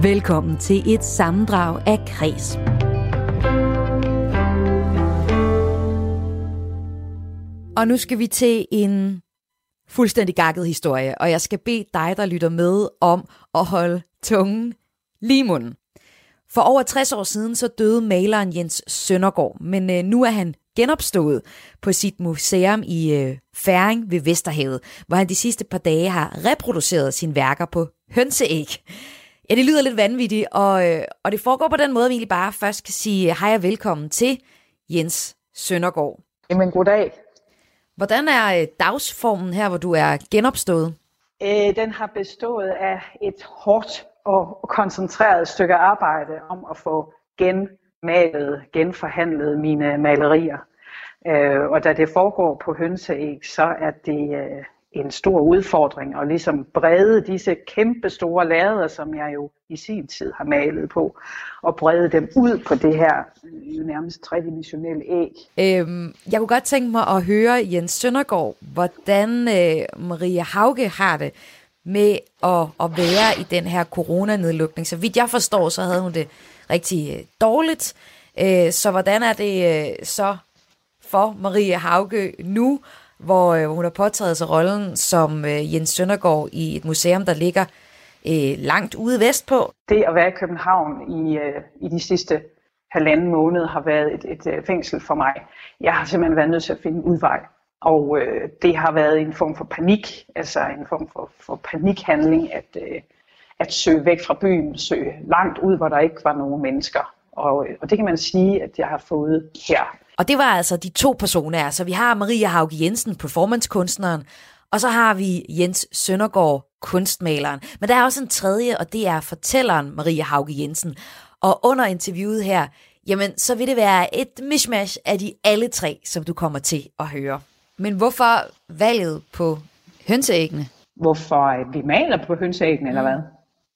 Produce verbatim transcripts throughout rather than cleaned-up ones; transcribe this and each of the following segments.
Velkommen til et sammendrag af Kreds. Og nu skal vi til en fuldstændig gakket historie, og jeg skal bede dig, der lytter med, om at holde tungen lige i munden. For over tres år siden så døde maleren Jens Søndergaard, men øh, nu er han genopstået på sit museum i øh, Færing ved Vesterhavet, hvor han de sidste par dage har reproduceret sine værker på hønseæg. Ja, det lyder lidt vanvittigt, og, øh, og det foregår på den måde, at vi egentlig bare først kan sige hej og velkommen til Jens Søndergaard. Jamen, goddag. Hvordan er øh, dagsformen her, hvor du er genopstået? Øh, den har bestået af et hårdt og koncentreret stykke arbejde om at få genmalet, genforhandlet mine malerier. Øh, og da det foregår på hønseæg, så er det øh, en stor udfordring at ligesom brede disse kæmpe store lærreder, som jeg jo i sin tid har malet på, og brede dem ud på det her jo nærmest tredimensionelle æg. Øhm, jeg kunne godt tænke mig at høre Jens Søndergaard, hvordan øh, Maria Hauge har det med at, at være i den her coronanedlukning. Så vidt jeg forstår, så havde hun det rigtig øh, dårligt. Øh, så hvordan er det øh, så for Maria Hauge nu, hvor øh, hun har påtaget sig rollen som øh, Jens Søndergaard i et museum, der ligger øh, langt ude vestpå? Det at være i København i, øh, i de sidste halvanden måned har været et, et, et fængsel for mig. Jeg har simpelthen været nødt til at finde en udvej. Og øh, det har været en form for panik, altså en form for, for panikhandling, at, øh, at søge væk fra byen, søge langt ud, hvor der ikke var nogen mennesker. Og, og det kan man sige, at jeg har fået her. Og det var altså de to personer. Så vi har Maria Hauge Jensen, performancekunstneren, og så har vi Jens Søndergaard, kunstmaleren. Men der er også en tredje, og det er fortælleren Maria Hauge Jensen. Og under interviewet her, jamen så vil det være et mishmash af de alle tre, som du kommer til at høre. Men hvorfor valget på hønseæggene? Hvorfor vi maler på hønseæggene, eller hvad?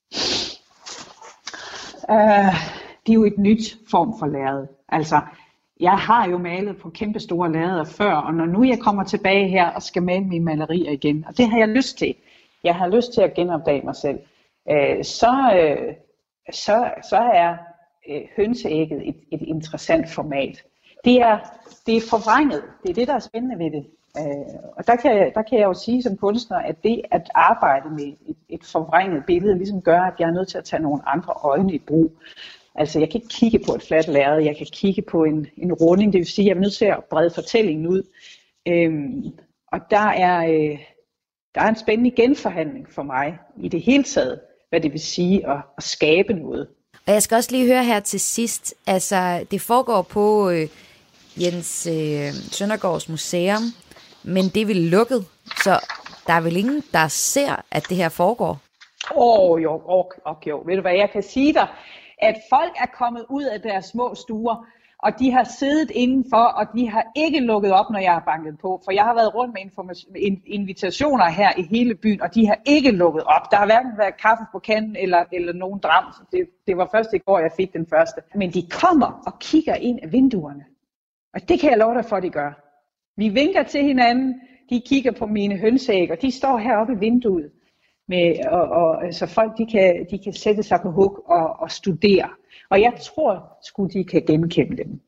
Uh, det er jo et nyt form for lærred. Altså, jeg har jo malet på kæmpe store lærreder før, og når nu jeg kommer tilbage her og skal male mine malerier igen, og det har jeg lyst til. Jeg har lyst til at genopdage mig selv. Uh, så, uh, så, så er uh, hønseægget et, et interessant format. Det er, det er forvrænget. Det er det, der er spændende ved det. Uh, og der kan, jeg, der kan jeg jo sige som kunstner, at det at arbejde med et, et forvrænget billede ligesom gør, at jeg er nødt til at tage nogle andre øjne i brug. Altså jeg kan ikke kigge på et fladt lærred, jeg kan kigge på en, en runding, det vil sige, at jeg er nødt til at brede fortællingen ud. Uh, og der er, uh, der er en spændende genforhandling for mig i det hele taget, hvad det vil sige at, at skabe noget. Og jeg skal også lige høre her til sidst, altså det foregår på øh, Jens øh, Søndergaards museum, men det er vel lukket, så der er vel ingen, der ser, at det her foregår? Åh oh, jo, okay, okay, jo, ved du hvad, jeg kan sige dig, at folk er kommet ud af deres små stuer, og de har siddet indenfor, og de har ikke lukket op, når jeg har banket på. For jeg har været rundt med information, invitationer her i hele byen, og de har ikke lukket op. Der har hverken været kaffe på kanden eller, eller nogen dram. Det, det var først i går, jeg fik den første. Men de kommer og kigger ind af vinduerne. Og det kan jeg love dig for, at de gør. Vi vinker til hinanden, de kigger på mine hønseæg, og de står heroppe i vinduet. Med, og, og, så folk de kan, de kan sætte sig på hug og, og studere. Og jeg tror sgu, de kan genkende dem.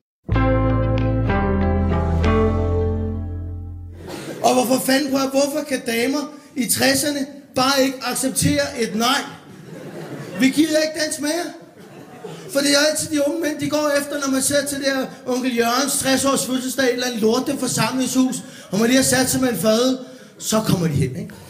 Og hvorfor fanden prøver, hvorfor kan damer i tresserne bare ikke acceptere et nej? Vi gider ikke dans mere. For det er altid de unge mænd, de går efter, når man ser til det her onkel Jørgens tres års fødselsdag, eller en lorte forsamlingshus, og man lige har sat sig med en fade, så kommer de hen, ikke?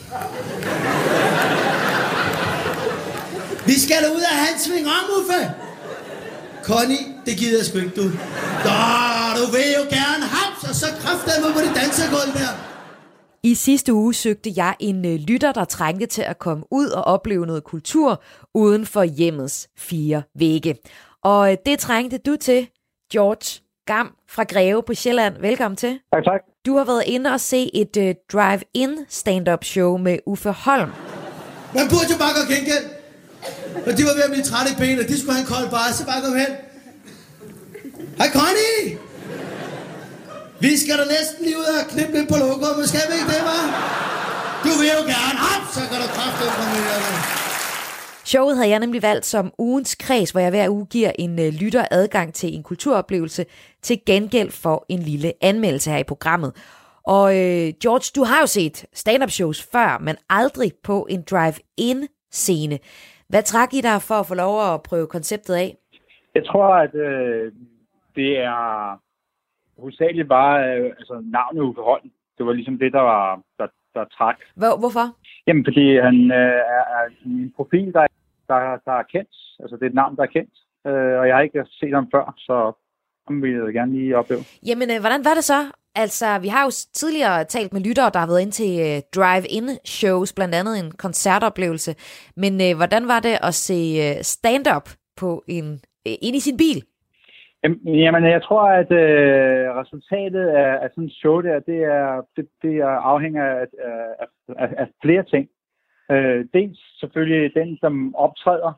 Vi skal da ud af hans sving om, Uffe! Connie, det gider jeg sgu ikke, du. Nå, du vil jo gerne haps, og så kraftedeme på det dansegulv der. I sidste uge søgte jeg en øh, lytter, der trængte til at komme ud og opleve noget kultur uden for hjemmets fire vægge. Og øh, det trængte du til, George Gam fra Greve på Sjælland. Velkommen til. Tak, tak. Du har været inde og se et øh, drive-in stand-up show med Uffe Holm. Man burde jo bare gå gengæld. Og de var ved at blive trætte i benene, de skulle have en kold bare, så bare kom hen. Hej Connie! Vi skal da næsten lige ud og knippe lidt på logoet, men skal vi ikke det, hva'? Du vil jo gerne op, så kan du kraftedeme komme med. Showet havde jeg nemlig valgt som ugens kreds, hvor jeg hver uge giver en uh, lytter adgang til en kulturoplevelse til gengæld for en lille anmeldelse her i programmet. Og uh, George, du har jo set stand-up shows før, men aldrig på en drive-in-scene. Hvad trak I dig for at få lov at prøve konceptet af? Jeg tror, at øh, det er hovedsageligt bare øh, altså navnet Uffe Holm. Det var ligesom det, der var der, der trak. Hvor, hvorfor? Jamen, fordi han øh, er, er en profil, der, der, der er kendt. Altså, det er et navn, der er kendt. Øh, og jeg har ikke set ham før, så ham vil jeg gerne lige opleve. Jamen, øh, hvordan var det så? Altså, vi har jo tidligere talt med lyttere, der har været ind til øh, drive-in-shows, blandt andet en koncertoplevelse. Men øh, hvordan var det at se øh, stand-up på en, øh, ind i sin bil? Jamen, jeg tror, at øh, resultatet af, af sådan et show der, det er, det, det er afhænger af, af, af, af flere ting. Øh, dels selvfølgelig den, som optræder,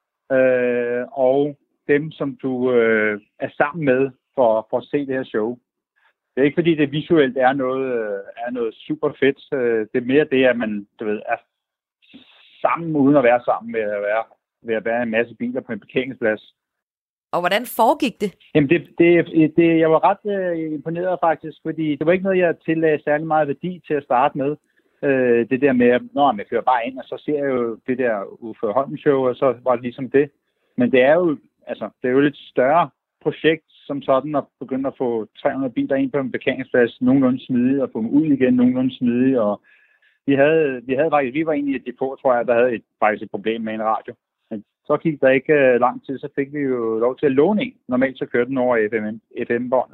øh, og dem, som du øh, er sammen med for, for at se det her show. Det er ikke fordi, det visuelt er noget, er noget super fedt. Det er mere det, at man du ved, er sammen uden at være sammen ved at være, ved at være en masse biler på en parkeringsplads. Og hvordan foregik det? Jamen, det, det, det, jeg var ret uh, imponeret faktisk, fordi det var ikke noget, jeg tillagde særlig meget værdi til at starte med. Uh, det der med, at når man kører bare ind, og så ser jeg jo det der Uffe Holm show, og så var det ligesom det. Men det er jo, altså, det er jo lidt større projekt som sådan, at begynde at få tre hundrede biler ind på en parkeringsplads nogenlunde smidigt, og få dem ud igen nogenlunde smidigt. Og vi havde, vi havde faktisk, vi var egentlig et depot, tror jeg, der havde et, faktisk et problem med en radio. Men så gik der ikke uh, lang tid, så fik vi jo lov til at låne en. Normalt så kørte den over F M-båndet.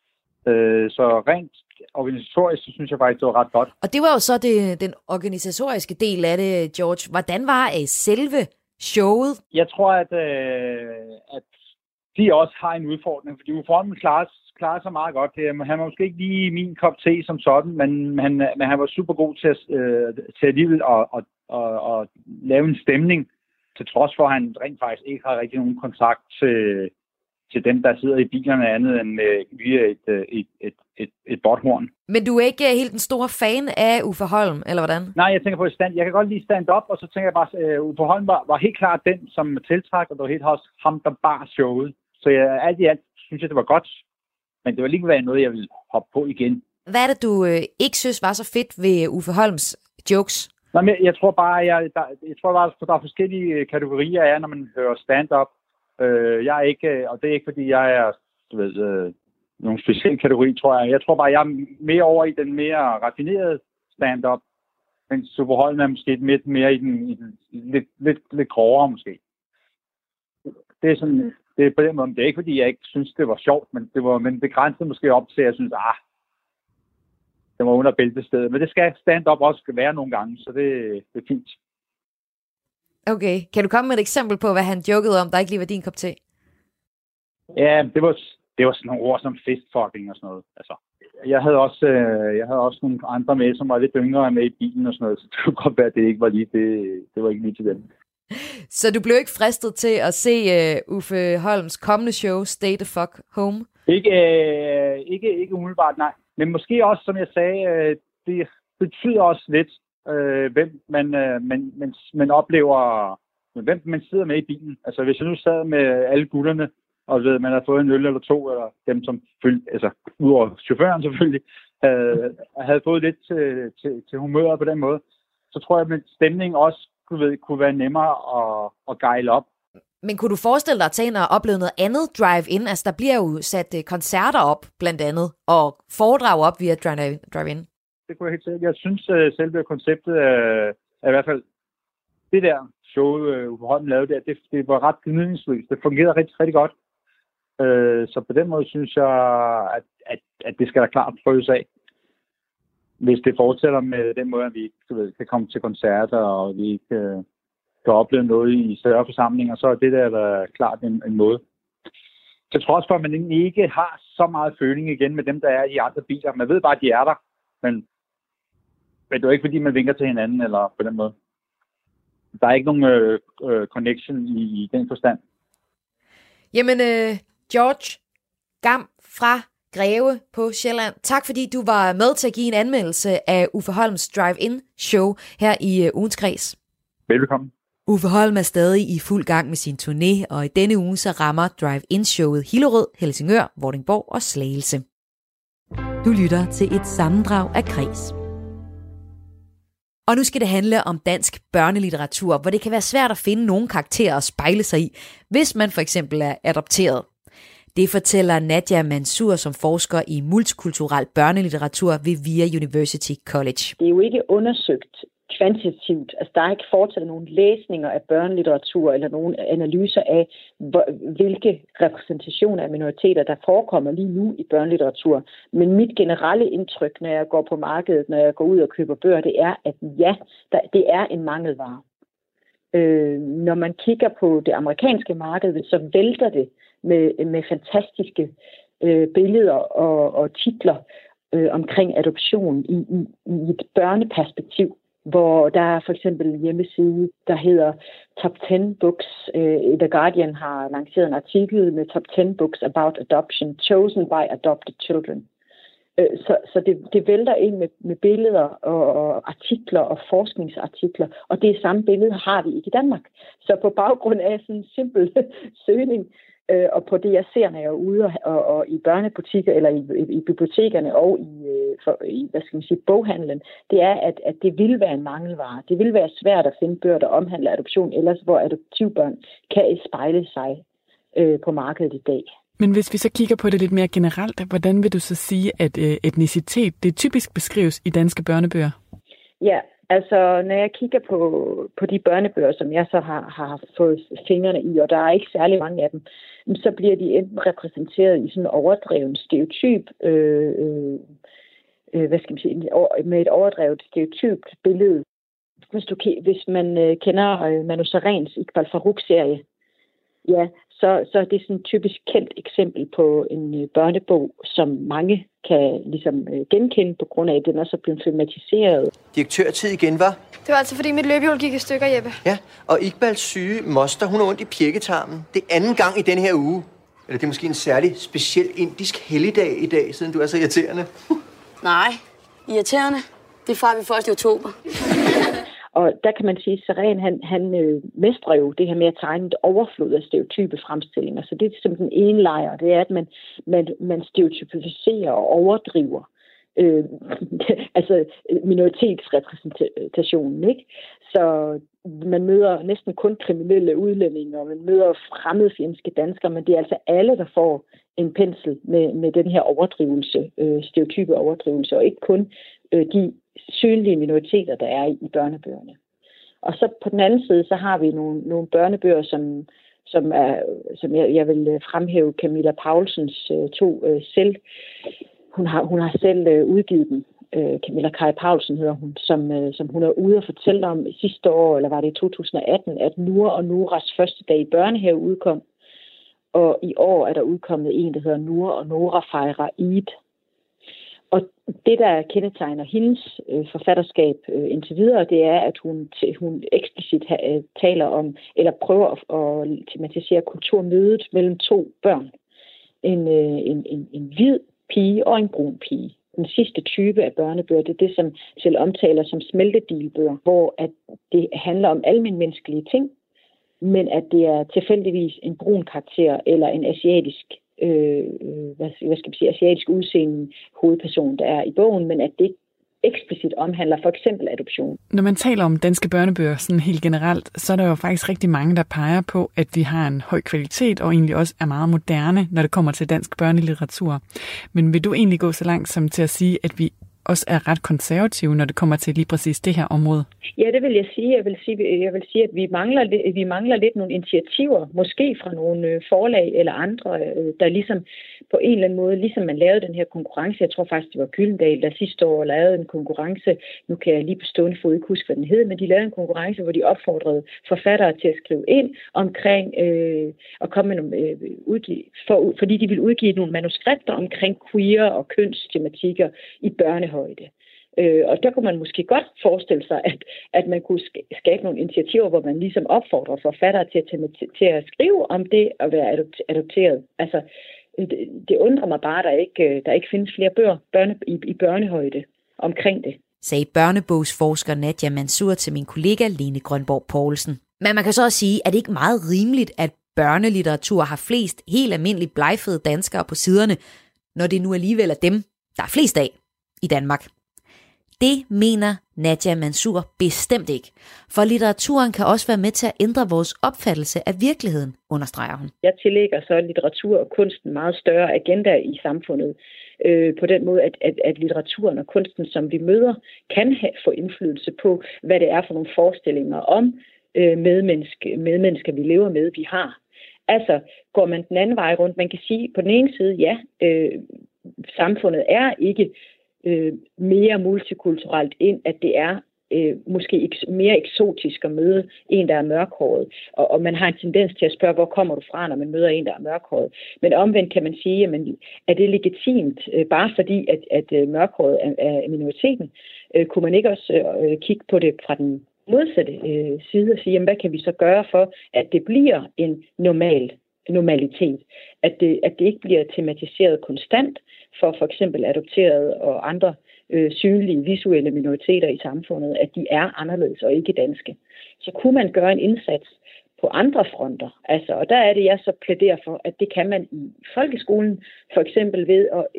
Uh, så rent organisatorisk, så synes jeg faktisk, det var ret godt. Og det var jo så det, den organisatoriske del af det, George. Hvordan var uh, selve showet? Jeg tror, at, uh, at de også har en udfordring, fordi Uffe Holm klarer, klarer sig meget godt. Han var måske ikke lige min kop te som sådan, men han, men han var super god til at, øh, til alligevel at, at, at, at lave en stemning, til trods for, at han rent faktisk ikke har rigtig nogen kontakt til, til dem, der sidder i bilerne andet end øh, via et, et, et, et, et, et botthorn. Men du er ikke helt den store fan af Uffe Holm, eller hvordan? Nej, jeg tænker på stand. Jeg kan godt lide stand-up, og så tænker jeg bare, at uh, Uffe Holm var, var helt klart den, som tiltrak, og det var helt også ham, der bar showet. Så jeg, alt i alt synes jeg, det var godt. Men det var lige være noget, jeg ville hoppe på igen. Hvad er det, du øh, ikke synes var så fedt ved Uffe Holms jokes? Nej, men jeg tror bare, jeg, der, jeg tror bare, der er forskellige kategorier af, når man hører stand-up. Øh, jeg er ikke, og det er ikke, fordi jeg er, du ved, øh, nogle specielle kategori, tror jeg. Jeg tror bare, jeg er mere over i den mere raffinerede stand-up. Men Uffe Holm er måske lidt mere i den, i den lidt, lidt, lidt grovere, måske. Det er sådan... Det er på den måde, det er ikke, fordi jeg ikke synes, det var sjovt, men det var men begrænset måske op til, at jeg synes, ah, det var under bæltestedet. Men det skal stand-up også være nogle gange, så det, det er fint. Okay. Kan du komme med et eksempel på, hvad han jokede om, der ikke lige var din kop te? Ja, det var, det var sådan nogle ord som fistfucking og sådan noget. Altså, jeg havde også, øh, jeg havde også nogle andre med, som var lidt yngre med i bilen og sådan noget, så det kunne godt være, at det ikke var lige det, det var ikke lige til dem. Så du blev ikke fristet til at se uh, Uffe Holms kommende show, Stay the Fuck Home? Ikke, øh, ikke, ikke umiddelbart, nej. Men måske også, som jeg sagde, øh, det betyder også lidt, øh, hvem man, øh, man, man, man oplever, hvem man sidder med i bilen. Altså hvis jeg nu sad med alle gutterne, og ved, man har fået en øl eller to, eller dem som følte, altså udover chaufføren selvfølgelig, øh, havde fået lidt til, til, til humøret på den måde, så tror jeg, at stemningen også Ved, kunne være nemmere at, at gejle op. Men kunne du forestille dig at tage ind og opleve noget andet drive-in? Altså, der bliver jo sat koncerter op, blandt andet, og foredrag op via drive-in. Det kunne jeg helt sikkert. Jeg synes, at selve konceptet er, er i hvert fald det der show, Uffe Holm lavede der, det, det var ret gnidningsløst. Det fungerede rigtig, rigtig godt. Så på den måde synes jeg, at, at, at det skal da klart prøves af. Hvis det fortsætter med den måde, at vi du ved, kan komme til koncerter, og vi kan, kan opleve noget i større forsamlinger, så er det der, der er klart en, en måde. Til trods for, at man ikke har så meget føling igen med dem, der er i andre biler. Man ved bare, at de er der, men, men det er ikke, fordi man vinker til hinanden, eller på den måde. Der er ikke nogen øh, øh, connection i, i den forstand. Jamen, øh, George Gam fra Greve på Sjælland. Tak fordi du var med til at give en anmeldelse af Uffe Holms Drive-In show her i uh, ugens kreds. Velkommen. Uffe Holm er stadig i fuld gang med sin turné, og i denne uge så rammer Drive-In-showet Hillerød, Helsingør, Vordingborg og Slagelse. Du lytter til et sammendrag af Kres. Og nu skal det handle om dansk børnelitteratur, hvor det kan være svært at finde nogle karakterer at spejle sig i, hvis man for eksempel er adopteret. Det fortæller Nadia Mansour, som forsker i multikulturel børnelitteratur ved VIA University College. Det er jo ikke undersøgt kvantitativt. Altså, der er ikke foretaget nogle læsninger af børnelitteratur eller nogle analyser af, hvilke repræsentationer af minoriteter, der forekommer lige nu i børnelitteratur. Men mit generelle indtryk, når jeg går på markedet, når jeg går ud og køber bøger, det er, at ja, der, det er en mangelvare. Øh, når man kigger på det amerikanske marked, så vælter det med, med fantastiske øh, billeder og, og titler øh, omkring adoption i, i, i et børneperspektiv, hvor der er for eksempel en hjemmeside, der hedder Top ti Books. Uh, The Guardian har lanceret en artikel med Top ti Books about adoption, chosen by adopted children. Uh, så så det, det vælter ind med, med billeder og, og artikler og forskningsartikler, og det samme billede har vi ikke i Danmark. Så på baggrund af sådan en simpel søgning, Uh, og på det, jeg ser, når jeg er ude og, og, og i børnebutikker eller i, i, i bibliotekerne og i, uh, for, i hvad skal man sige, boghandlen, det er, at, at det vil være en mangelvare. Det vil være svært at finde bøger, der omhandler adoption, ellers hvor adoptivbørn kan spejle sig uh, på markedet i dag. Men hvis vi så kigger på det lidt mere generelt, hvordan vil du så sige, at uh, etnicitet, det typisk beskrives i danske børnebøger? Ja, altså når jeg kigger på, på de børnebøger, som jeg så har, har fået fingrene i, og der er ikke særlig mange af dem, så bliver de enten repræsenteret i sådan en overdreven stereotyp, øh, øh, hvad skal man sige, med et overdrevet stereotypt billede. Hvis, du, hvis man øh, kender øh, Manu Sareens Iqbal Farooq-serie, ja, så, så er det sådan et typisk kendt eksempel på en øh, børnebog, som mange kan ligesom øh, genkende på grund af, at den er så blevet filmatiseret. Direktørtid igen, var? Det var altså fordi mit løbehjul gik i stykker, Jeppe. Ja, og Iqbals syge moster, hun har ondt i pirketarmen. Det er anden gang i denne her uge. Eller det er måske en særlig speciel indisk helligdag i dag, siden du er så irriterende. Nej, irriterende. Det er fra vi først i oktober. Og der kan man sige, at Sareen, han, han øh, mestrer jo det her med at tegne et overflod af stereotype fremstillinger. Så det er simpelthen en lejr. Det er, at man, man, man stereotypiserer og overdriver øh, altså minoritetsrepræsentationen, ikke? Så man møder næsten kun kriminelle udlændinge, og man møder fremmedfjendske danskere, men det er altså alle, der får en pensel med, med den her overdrivelse, øh, stereotype overdrivelse, og ikke kun øh, de synlige minoriteter, der er i børnebøgerne. Og så på den anden side, så har vi nogle, nogle børnebøger, som, som, er, som jeg, jeg vil fremhæve Camilla Paulsens øh, to øh, selv. Hun har, hun har selv øh, udgivet dem. Øh, Camilla Kaj Paulsen hedder hun, som, øh, som hun er ude og fortælle om sidste år, eller var det i to tusind og atten, at Nour og Noras første dag i børnehave udkom. Og i år er der udkommet en, der hedder Nour og Nora fejrer Eid. Og det, der kendetegner hendes øh, forfatterskab øh, indtil videre, det er, at hun, t- hun eksplicit ha- øh, taler om, eller prøver at, at tematisere kulturmødet mellem to børn. En, øh, en, en, en hvid pige og en brun pige. Den sidste type af børnebøger, det er det, som selv omtaler som smeltedilbøger, hvor at det handler om almenmenneskelige ting, men at det er tilfældigvis en brun karakter eller en asiatisk Øh, hvad, hvad skal man sige, asiatisk udseende hovedperson, der er i bogen, men at det eksplicit omhandler for eksempel adoption. Når man taler om danske børnebøger sådan helt generelt, så er der jo faktisk rigtig mange, der peger på, at de har en høj kvalitet og egentlig også er meget moderne, når det kommer til dansk børnelitteratur. Men vil du egentlig gå så langt som til at sige, at vi også er ret konservative, når det kommer til lige præcis det her område? Ja, det vil jeg sige. Jeg vil sige, jeg vil sige at vi mangler, vi mangler lidt nogle initiativer, måske fra nogle forlag eller andre, der ligesom på en eller anden måde, ligesom man lavede den her konkurrence, jeg tror faktisk, det var Gyldendal, der sidste år lavede en konkurrence, nu kan jeg lige på stående fod ikke huske, hvad den hed, men de lavede en konkurrence, hvor de opfordrede forfattere til at skrive ind omkring, øh, og komme med nogle, øh, udgive, for, fordi de ville udgive nogle manuskripter omkring queer og kønstematikker i børnehøjde. Øh, og der kunne man måske godt forestille sig, at, at man kunne skabe nogle initiativer, hvor man ligesom opfordrer forfattere til at, til, til at skrive om det at være adopteret. Altså, det, det undrer mig bare, at der ikke, der ikke findes flere bøger børne, i, i børnehøjde omkring det. Sagde børnebogsforsker Nadia Mansour til min kollega Lene Grønborg Poulsen. Men man kan så også sige, at det ikke er meget rimeligt, at børnelitteratur har flest helt almindelige blegfede danskere på siderne, når det nu alligevel er dem, der er flest af i Danmark. Det mener Nadia Mansour bestemt ikke, for litteraturen kan også være med til at ændre vores opfattelse af virkeligheden, understreger hun. Jeg tillægger så litteratur og kunsten meget større agenda i samfundet, øh, på den måde, at, at, at litteraturen og kunsten, som vi møder, kan have, få indflydelse på, hvad det er for nogle forestillinger om øh, medmenneske, medmennesker, vi lever med, vi har. Altså, går man den anden vej rundt, man kan sige på den ene side, ja, øh, samfundet er ikke øh, mere multikulturelt ind, at det er øh, måske eks- mere eksotisk at møde en, der er mørkhåret. Og, og man har en tendens til at spørge, hvor kommer du fra, når man møder en, der er mørkhåret. Men omvendt kan man sige, jamen, er det legitimt, øh, bare fordi, at, at øh, mørkhåret er, er minoriteten? Øh, kunne man ikke også øh, kigge på det fra den modsatte øh, side og sige, jamen, hvad kan vi så gøre for, at det bliver en normal normalitet? At det, at det ikke bliver tematiseret konstant for for eksempel adopterede og andre øh, synlige visuelle minoriteter i samfundet, at de er anderledes og ikke danske. Så kunne man gøre en indsats på andre fronter. Altså, og der er det, jeg så plæderer for, at det kan man i folkeskolen, for eksempel ved at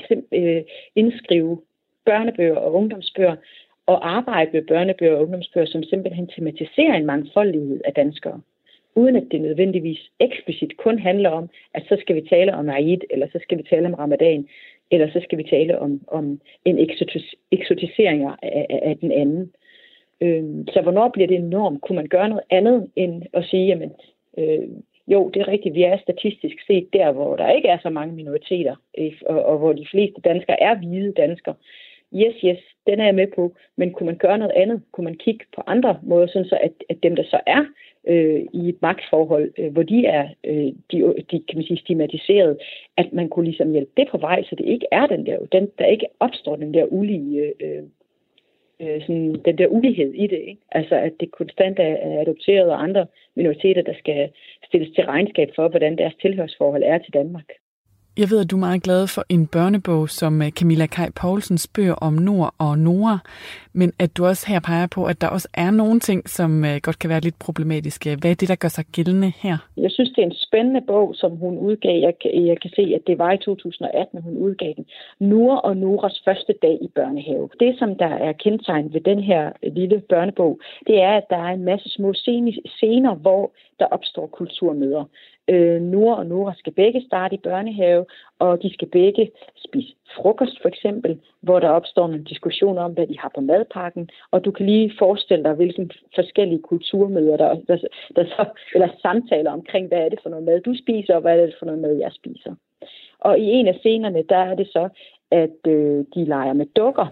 øh, indskrive børnebøger og ungdomsbøger, og arbejde med børnebøger og ungdomsbøger, som simpelthen tematiserer en mangfoldighed af danskere, uden at det nødvendigvis eksplicit kun handler om, at så skal vi tale om Eid, eller så skal vi tale om Ramadan, eller så skal vi tale om, om en eksotis- eksotisering af, af, af den anden. Øhm, så hvornår bliver det en norm? Kunne man gøre noget andet end at sige, jamen, øh, jo, det er rigtigt, vi er statistisk set der, hvor der ikke er så mange minoriteter, øh, og, og hvor de fleste danskere er hvide danskere. Yes, yes, den er jeg med på, men kunne man gøre noget andet? Kunne man kigge på andre måder, sådan så at, at dem, der så er øh, i et magtforhold, øh, hvor de er øh, de, de, kan man sige, stigmatiseret, at man kunne ligesom hjælpe det på vej, så det ikke er den der, den, der ikke opstår den der ulige, øh, øh, sådan, den der ulighed i det, ikke? Altså at det konstant er adopteret og andre minoriteter, der skal stilles til regnskab for, hvordan deres tilhørsforhold er til Danmark. Jeg ved, at du er meget glad for en børnebog som Camilla Kaj Poulsens bøger om Nord og Nora, men at du også her peger på, at der også er nogle ting, som godt kan være lidt problematiske. Hvad er det, der gør sig gældende her? Jeg synes, det er en spændende bog, som hun udgav. Jeg, jeg kan se, at det var i to tusind og atten, hun udgav den. Nora og Noras første dag i børnehave. Det, som der er kendetegnet ved den her lille børnebog, det er, at der er en masse små scener, hvor der opstår kulturmøder. Øh, Nora og Nora skal begge starte i børnehave, og de skal begge spise frokost for eksempel, hvor der opstår nogle diskussioner om, hvad de har på madpakken, og du kan lige forestille dig, hvilke forskellige kulturmøder, der, der, der så, eller samtaler omkring, hvad er det for noget mad, du spiser, og hvad er det for noget mad, jeg spiser. Og i en af scenerne, der er det så, at øh, de leger med dukker.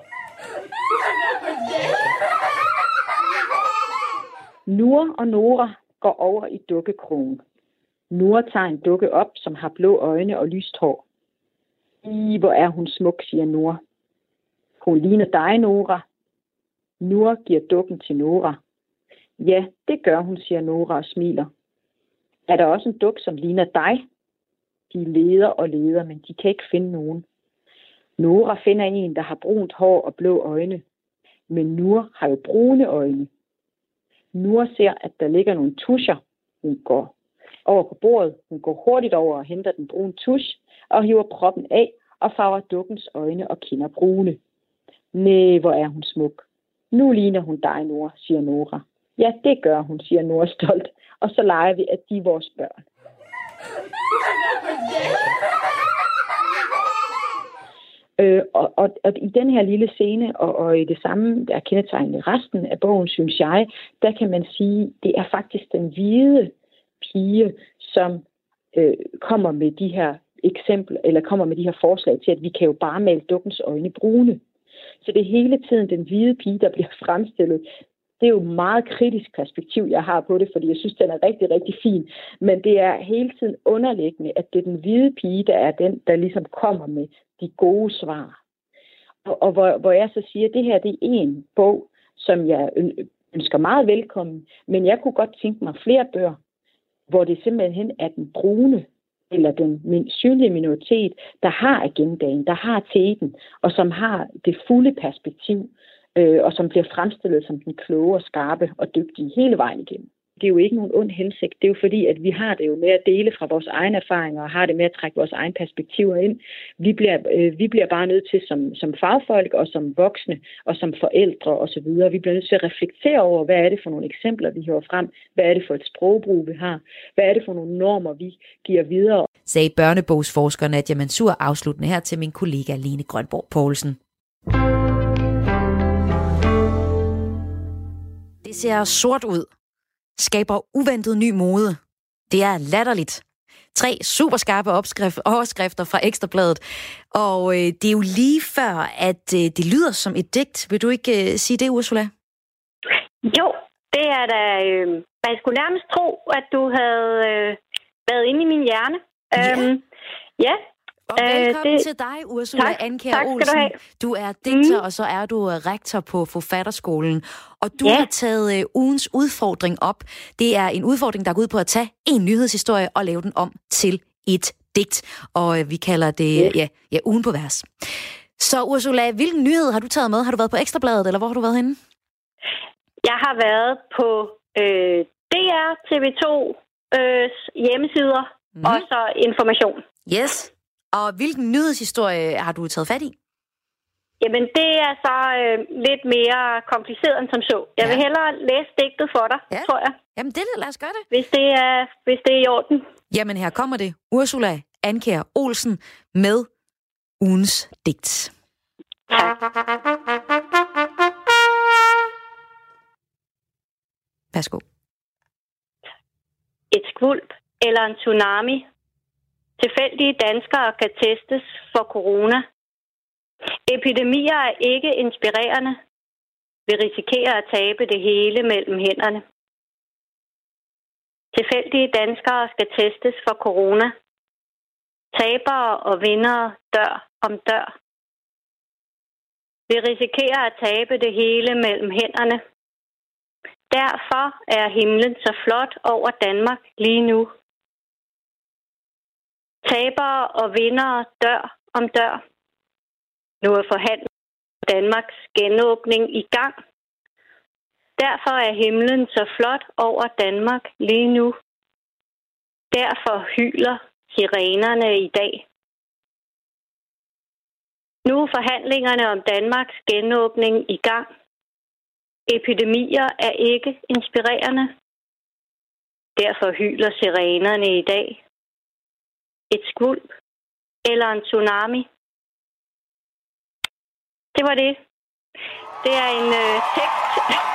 Nora og Nora går over i dukkekrogen. Nora tager en dukke op, som har blå øjne og lyst hår. I, hvor er hun smuk, siger Nora. Hun ligner dig, Nora. Nora giver dukken til Nora. Ja, det gør hun, siger Nora og smiler. Er der også en duk, som ligner dig? De leder og leder, men de kan ikke finde nogen. Nora finder en, der har brunt hår og blå øjne. Men Nora har jo brune øjne. Nora ser, at der ligger nogle tuscher. Hun går over på bordet. Hun går hurtigt over og henter den brune tusch og hiver proppen af og farver dukkens øjne og kinder brune. Næh, hvor er hun smuk. Nu ligner hun dig, Nora, siger Nora. Ja, det gør hun, siger Nora stolt. Og så leger vi, at de er vores børn. Øh, og, og, og i den her lille scene, og, og i det samme, der er kendetegnende resten af bogen, synes jeg, der kan man sige, det er faktisk den hvide pige, som øh, kommer med de her eksempler, eller kommer med de her forslag til, at vi kan jo bare male dukkens øjne brune. Så det er hele tiden den hvide pige, der bliver fremstillet. Det er jo et meget kritisk perspektiv, jeg har på det, fordi jeg synes, den er rigtig, rigtig fin. Men det er hele tiden underliggende, at det er den hvide pige, der er den, der ligesom kommer med de gode svar. Og, og hvor, hvor jeg så siger, at det her det er en bog, som jeg ønsker meget velkommen, men jeg kunne godt tænke mig flere bøger, hvor det simpelthen er den brune, eller den synlige minoritet, der har agendaen, der har teten, og som har det fulde perspektiv, øh, og som bliver fremstillet som den kloge og skarpe og dygtige hele vejen igennem. Det er jo ikke nogen ond hensigt. Det er jo fordi, at vi har det jo med at dele fra vores egne erfaringer, og har det med at trække vores egne perspektiver ind. Vi bliver, øh, vi bliver bare nødt til som, som fagfolk, og som voksne, og som forældre osv., vi bliver nødt til at reflektere over, hvad er det for nogle eksempler, vi hiver frem? Hvad er det for et sprogbrug, vi har? Hvad er det for nogle normer, vi giver videre? Sagde børnebogsforsker Nadia Mansour afsluttende her til min kollega Lene Grønborg Poulsen. Det ser sort ud. Skaber uventet ny mode. Det er latterligt. Tre superskarpe opskrift, overskrifter fra Ekstrabladet. Og øh, det er jo lige før, at øh, det lyder som et digt. Vil du ikke øh, sige det, Ursula? Jo, det er da... Øh, man skulle nærmest tro, at du havde øh, været inde i min hjerne. Ja. Øhm, ja. Og velkommen øh, det... til dig, Ursula tak, Andkjær tak Olsen. du, du er digter, mm. og så er du rektor på Forfatterskolen. Og du ja. har taget øh, ugens udfordring op. Det er en udfordring, der går ud på at tage en nyhedshistorie og lave den om til et digt. Og øh, vi kalder det ja. Ja, ja, ugen på vers. Så Ursula, hvilken nyhed har du taget med? Har du været på Ekstrabladet, eller hvor har du været henne? Jeg har været på øh, D R T V to øh, hjemmesider mm. og så Information. Yes. Og hvilken nyhedshistorie har du taget fat i? Jamen, det er så øh, lidt mere kompliceret end som så. Jeg ja. vil hellere læse digtet for dig, ja. tror jeg. Jamen, det lad os gøre det. Hvis det er, hvis det er i orden. Jamen, her kommer det. Ursula Andkjær Olsen med ugens digt. Tak. Værsgo. Et skvulp eller en tsunami. Tilfældige danskere kan testes for corona. Epidemier er ikke inspirerende. Vi risikerer at tabe det hele mellem hænderne. Tilfældige danskere skal testes for corona. Tabere og vindere dør om dør. Vi risikerer at tabe det hele mellem hænderne. Derfor er himlen så flot over Danmark lige nu. Tabere og vindere dør om dør. Nu er forhandlet Danmarks genåbning i gang. Derfor er himlen så flot over Danmark lige nu. Derfor hyler sirenerne i dag. Nu er forhandlingerne om Danmarks genåbning i gang. Epidemier er ikke inspirerende. Derfor hyler sirenerne i dag. Et skvulp eller en tsunami. Det var det. Det er en øh, tekst.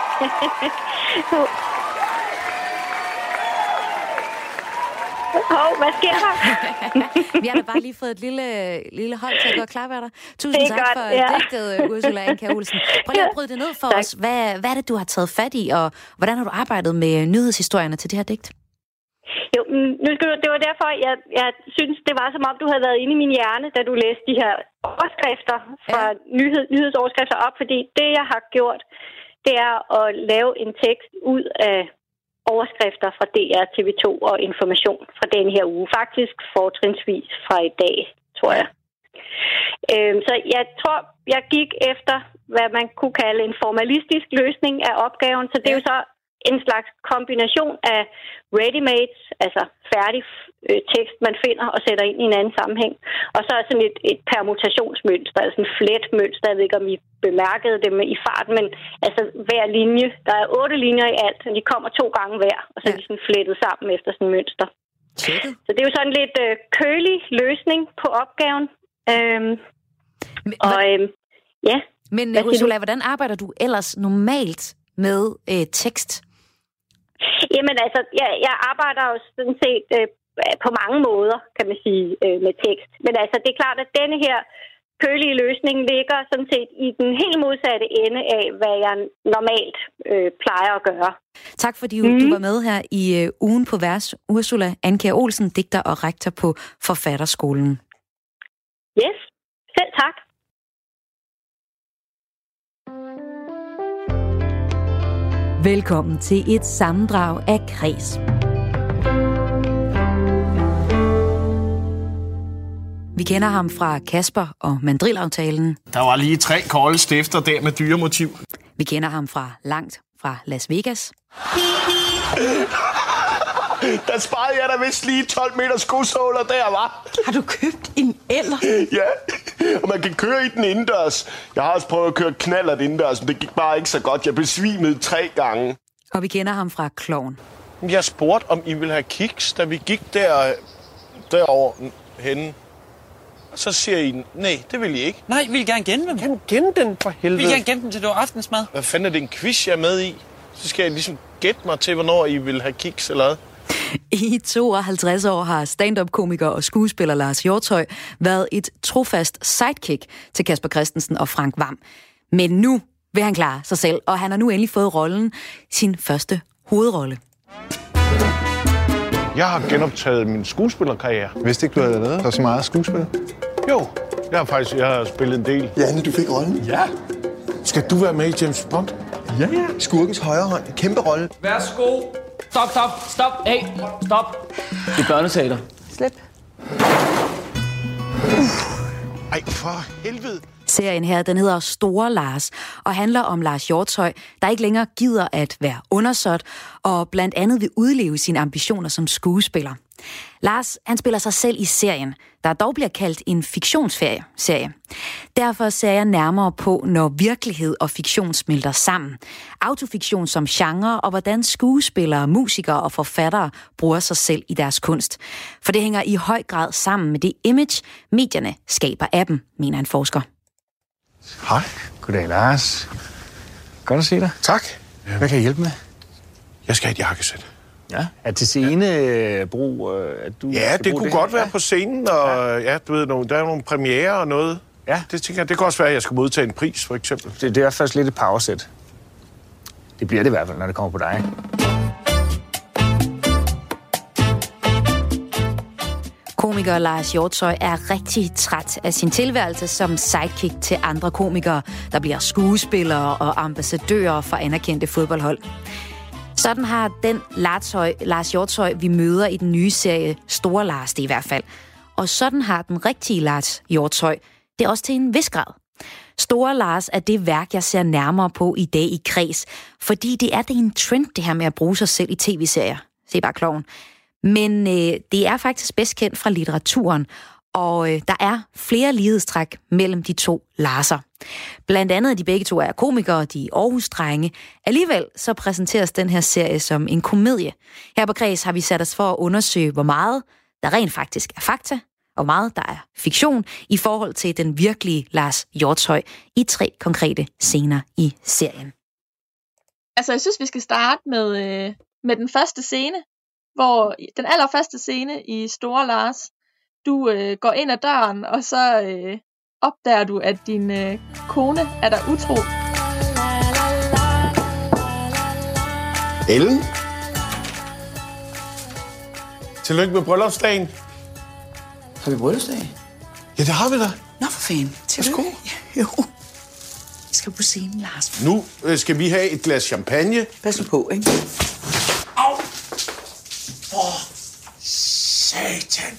Hov, hvad sker der? Vi har da bare lige fået et lille, lille hold til at gå og klappe af dig. Tusind tak godt, for ja. digtet, Ursula Andkjær Olsen. Prøv lige at bryde det ned for tak. os. Hvad, hvad er det, du har taget fat i, og hvordan har du arbejdet med nyhedshistorierne til det her digt? Jo, nu skal du, det var derfor, jeg, jeg synes, det var som om, du havde været inde i min hjerne, da du læste de her overskrifter fra ja. nyhed, nyhedsoverskrifter op, fordi det, jeg har gjort, det er at lave en tekst ud af overskrifter fra D R T V to og Information fra den her uge. Faktisk fortrinsvis fra i dag, tror jeg. Øhm, så jeg tror, jeg gik efter, hvad man kunne kalde en formalistisk løsning af opgaven, så det er jo så en slags kombination af ready-made, altså færdig øh, tekst, man finder og sætter ind i en anden sammenhæng. Og så sådan et, et permutationsmønster, altså en fletmønster. Jeg ved ikke, om I bemærkede det med i farten, men altså hver linje, der er otte linjer i alt, og de kommer to gange hver, og så er de sådan flettet sammen efter sådan et mønster. Checket. Så det er jo sådan en lidt øh, kølig løsning på opgaven. Øhm, men, og øhm, ja. Men Ursula, hvordan arbejder du ellers normalt med øh, tekst? Jamen altså, jeg, jeg arbejder jo sådan set øh, på mange måder, kan man sige, øh, med tekst. Men altså, det er klart, at denne her kølige løsning ligger sådan set i den helt modsatte ende af, hvad jeg normalt øh, plejer at gøre. Tak fordi mm. du var med her i øh, ugen på vers. Ursula Andkjær Olsen, digter og rektor på Forfatterskolen. Yes, selv tak. Velkommen til et sammendrag af Kreds. Vi kender ham fra Kasper og Mandrilaftalen. Der var lige tre kolde stifter der med dyremotiv. Vi kender ham fra langt fra Las Vegas. Der sparede jeg da vist lige tolv meter skosåler der, var. Har du købt en eller? Ja, og man kan køre i den indendørs. Jeg har også prøvet at køre knallert indendørs, men det gik bare ikke så godt. Jeg besvimede tre gange. Og vi kender ham fra Klovn. Jeg spurgte, om I ville have kiks, da vi gik der, derovre henne. Så siger I, nej, det vil I ikke. Nej, vi vil gerne gemme dem. Kan gemme den for helvede? Vi vil gerne gemme dem til det var aftensmad. Hvad fanden er det en quiz, jeg er med i? Så skal jeg ligesom gætte mig til, hvornår I vil have kiks eller hvad? I tooghalvtreds år har stand-up-komiker og skuespiller Lars Hjortshøj været et trofast sidekick til Casper Christensen og Frank Hvam. Men nu vil han klare sig selv, og han har nu endelig fået rollen, sin første hovedrolle. Jeg har genoptaget min skuespillerkarriere. Vidste ikke, du havde lavet så meget skuespil? Jo, jeg har faktisk jeg har spillet en del. Janne, du fik rollen. Ja. Skal du være med i James Bond? Ja, ja. Skurkens højre hånd. Kæmpe rolle. Værsgo. Stop, stop, stop. Hey, stop. Det er børneteater. Slip. Ej, for helvede. Serien her, den hedder Store Lars, og handler om Lars Hjortshøj, der ikke længere gider at være undersåt, og blandt andet vil udleve sine ambitioner som skuespiller. Lars, han spiller sig selv i serien, der dog bliver kaldt en fiktionsserie. Derfor ser jeg nærmere på, når virkelighed og fiktion smelter sammen. Autofiktion som genre, og hvordan skuespillere, musikere og forfattere bruger sig selv i deres kunst. For det hænger i høj grad sammen med det image, medierne skaber af dem, mener en forsker. Hej. Goddag, Lars. Godt at se dig. Tak. Hvad kan jeg hjælpe med? Jeg skal have et jakkesæt. Ja, er til scene brug, at du... Ja, det kunne det godt her? være på scenen, og ja, ja du ved, der er nogle premiere og noget. Ja. Det tænker jeg, det kan også være, at jeg skal modtage en pris, for eksempel. Det, det er faktisk lidt et powersæt. Det bliver det i hvert fald, når det kommer på dig. Komiker Lars Hjortshøj er rigtig træt af sin tilværelse som sidekick til andre komikere, der bliver skuespillere og ambassadører for anerkendte fodboldhold. Sådan har den Lars, Lars Hjortshøj, vi møder i den nye serie Store Lars, det i hvert fald. Og sådan har den rigtige Lars Hjortshøj det også til en vis grad. Store Lars er det værk, jeg ser nærmere på i dag i Kreds, fordi det er det en trend, det her med at bruge sig selv i tv-serier. Se bare Klovn. Men øh, det er faktisk bedst kendt fra litteraturen, og øh, der er flere lighedstræk mellem de to Larser. Blandt andet, at de begge to er komikere, de er Aarhus-drenge. Alligevel så præsenteres den her serie som en komedie. Her på Kreds har vi sat os for at undersøge, hvor meget der rent faktisk er fakta, og hvor meget der er fiktion i forhold til den virkelige Lars Hjortshøj i tre konkrete scener i serien. Altså, jeg synes, vi skal starte med, øh, med den første scene, hvor den allerførste scene i Store Lars, du øh, går ind ad døren, og så øh, opdager du, at din øh, kone er der utro. Ellen? Tillykke med bryllupsdagen. Har vi bryllupsdag? Ja, det har vi da. Nå, for fanden. Tillykke. Ja, jo. Jeg skal på scenen, Lars. Nu øh, skal vi have et glas champagne. Pas nu på, ikke? Au! Åh, oh, satan.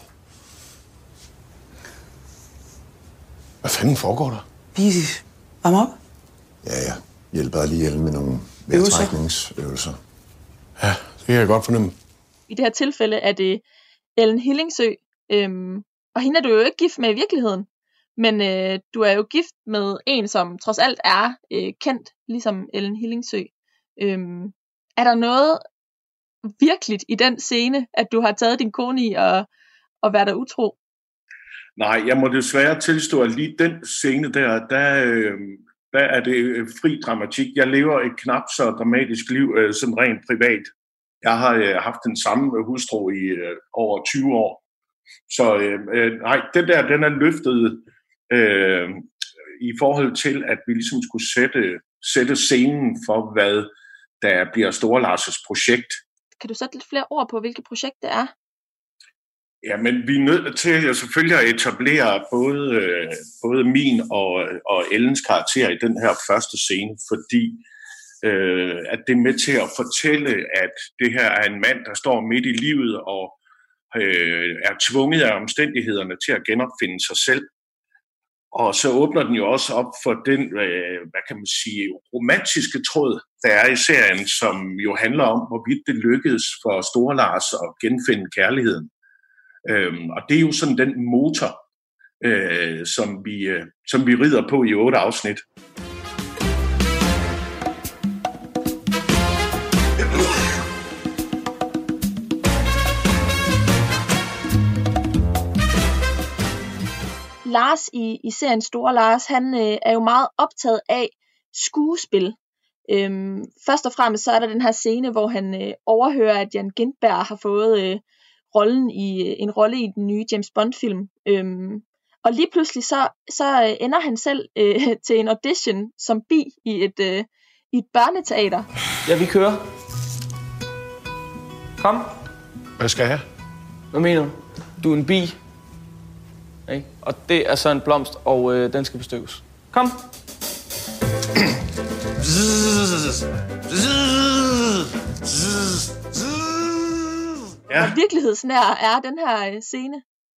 Hvad fanden foregår der? Vi varmer op. Ja, ja. Hjælper lige Ellen med nogle vejrtrækningsøvelser. Ja, det kan jeg godt fornemme. I det her tilfælde er det Ellen Hillingsø, øhm, og hende er du jo ikke gift med i virkeligheden, men øh, du er jo gift med en, som trods alt er øh, kendt, ligesom Ellen Hillingsø. Øhm, er der noget virkeligt i den scene, at du har taget din kone i og, og været der utro? Nej, jeg må desværre tilstå, at lige den scene der, der, øh, der er det fri dramatik. Jeg lever et knap så dramatisk liv, øh, sådan rent privat. Jeg har øh, haft den samme hustru i øh, over tyve år. Så øh, nej, den der, den er løftet øh, i forhold til, at vi ligesom skulle sætte, sætte scenen for, hvad der bliver Store Lars' projekt. Kan du sætte lidt flere ord på, hvilket projekt det er? Ja, men vi er nødt til at selvfølgelig at etablere både, øh, både min og, og Ellens karakter i den her første scene, fordi øh, at det er med til at fortælle, at det her er en mand, der står midt i livet og øh, er tvunget af omstændighederne til at genopfinde sig selv. Og så åbner den jo også op for den, øh, hvad kan man sige, romantiske tråd, der er i serien, som jo handler om, hvorvidt det lykkedes for Store Lars at genfinde kærligheden. Øhm, og det er jo sådan den motor, øh, som, vi, øh, som vi rider på i otte afsnit. Lars i, i serien Store Lars, han øh, er jo meget optaget af skuespil. Øhm, først og fremmest så er der den her scene, hvor han øh, overhører, at Jan Gintberg har fået øh, rollen i øh, en rolle i den nye James Bond-film. Øhm, og lige pludselig så, så øh, ender han selv øh, til en audition som bi i et, øh, i et børneteater. Ja, vi kører. Kom. Hvad skal jeg? Hvad mener du? Du er en bi. Ikke? Og det er så en blomst, og øh, den skal bestøves. Kom. Ja. Hvor virkelighedsnær er den her øh, scene?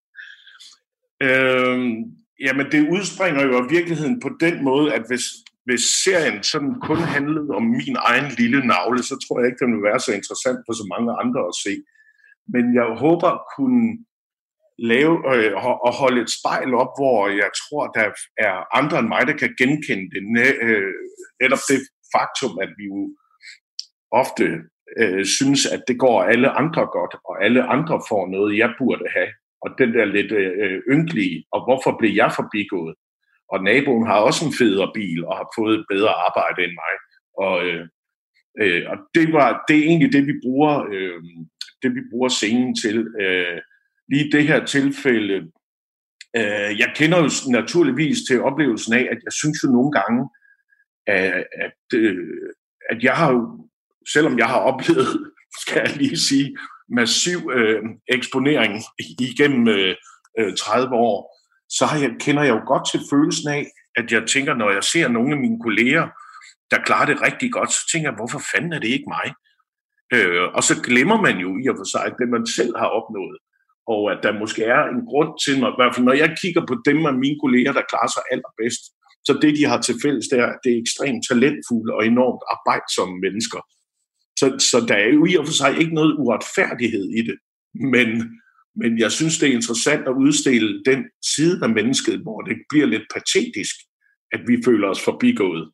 Øhm, jamen, det udspringer jo af virkeligheden på den måde, at hvis, hvis serien sådan kun handlede om min egen lille navle, så tror jeg ikke, den vil være så interessant for så mange andre at se. Men jeg håber at kunne lave øh, og holde et spejl op, hvor jeg tror, der er andre end mig, der kan genkende det. Øh, netop det faktum, at vi jo ofte øh, synes, at det går alle andre godt, og alle andre får noget, jeg burde have. Og den der lidt øh, ynkelige, og hvorfor blev jeg forbigået? Og naboen har også en federe bil, og har fået et bedre arbejde end mig. Og, øh, øh, og det, var, det er egentlig det, vi bruger, øh, det, vi bruger scenen til. Øh, lige i det her tilfælde, øh, jeg kender jo naturligvis til oplevelsen af, at jeg synes jo nogle gange, at, at, øh, at jeg har jo, selvom jeg har oplevet, skal jeg lige sige, massiv øh, eksponering igennem øh, tredive år, så har jeg, kender jeg jo godt til følelsen af, at jeg tænker, når jeg ser nogle af mine kolleger, der klarer det rigtig godt, så tænker jeg, hvorfor fanden er det ikke mig? Øh, og så glemmer man jo i og for sig, det man selv har opnået. Og at der måske er en grund til mig, i hvert fald når jeg kigger på dem af mine kolleger, der klarer sig allerbedst, så det, de har til fælles, det er, det er ekstremt talentfulde og enormt arbejdsomme mennesker. Så, så der er jo i og for sig ikke noget uretfærdighed i det. Men, men jeg synes, det er interessant at udstille den side af mennesket, hvor det bliver lidt patetisk, at vi føler os forbigået.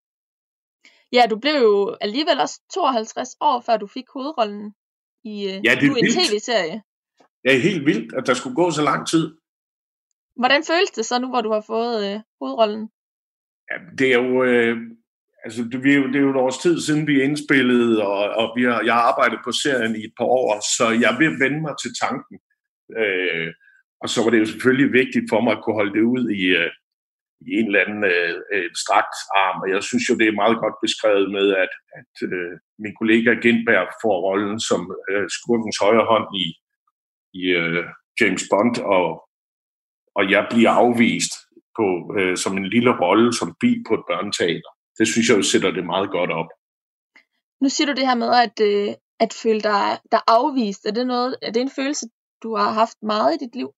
Ja, du blev jo alligevel også tooghalvtreds år, før du fik hovedrollen i ja, det er en tv-serie. Det er helt vildt, at der skulle gå så lang tid. Hvordan føles det så nu, hvor du har fået øh, hovedrollen? Ja, det er jo... Øh, altså, det, det er jo et års tid siden, vi indspillede, og, og vi har, jeg har arbejdet på serien i et par år, så jeg vil vende mig til tanken. Øh, og så var det jo selvfølgelig vigtigt for mig at kunne holde det ud i, øh, i en eller anden øh, strakt arm. Og jeg synes jo, det er meget godt beskrevet med, at, at øh, min kollega Gintberg får rollen som øh, skurkens højre hånd i i uh, James Bond, og, og jeg bliver afvist på, uh, som en lille rolle som bi på et børneteater. Det synes jeg jo sætter det meget godt op. Nu siger du det her med at, uh, at føle dig, dig afvist. Er det, noget, er det en følelse, du har haft meget i dit liv?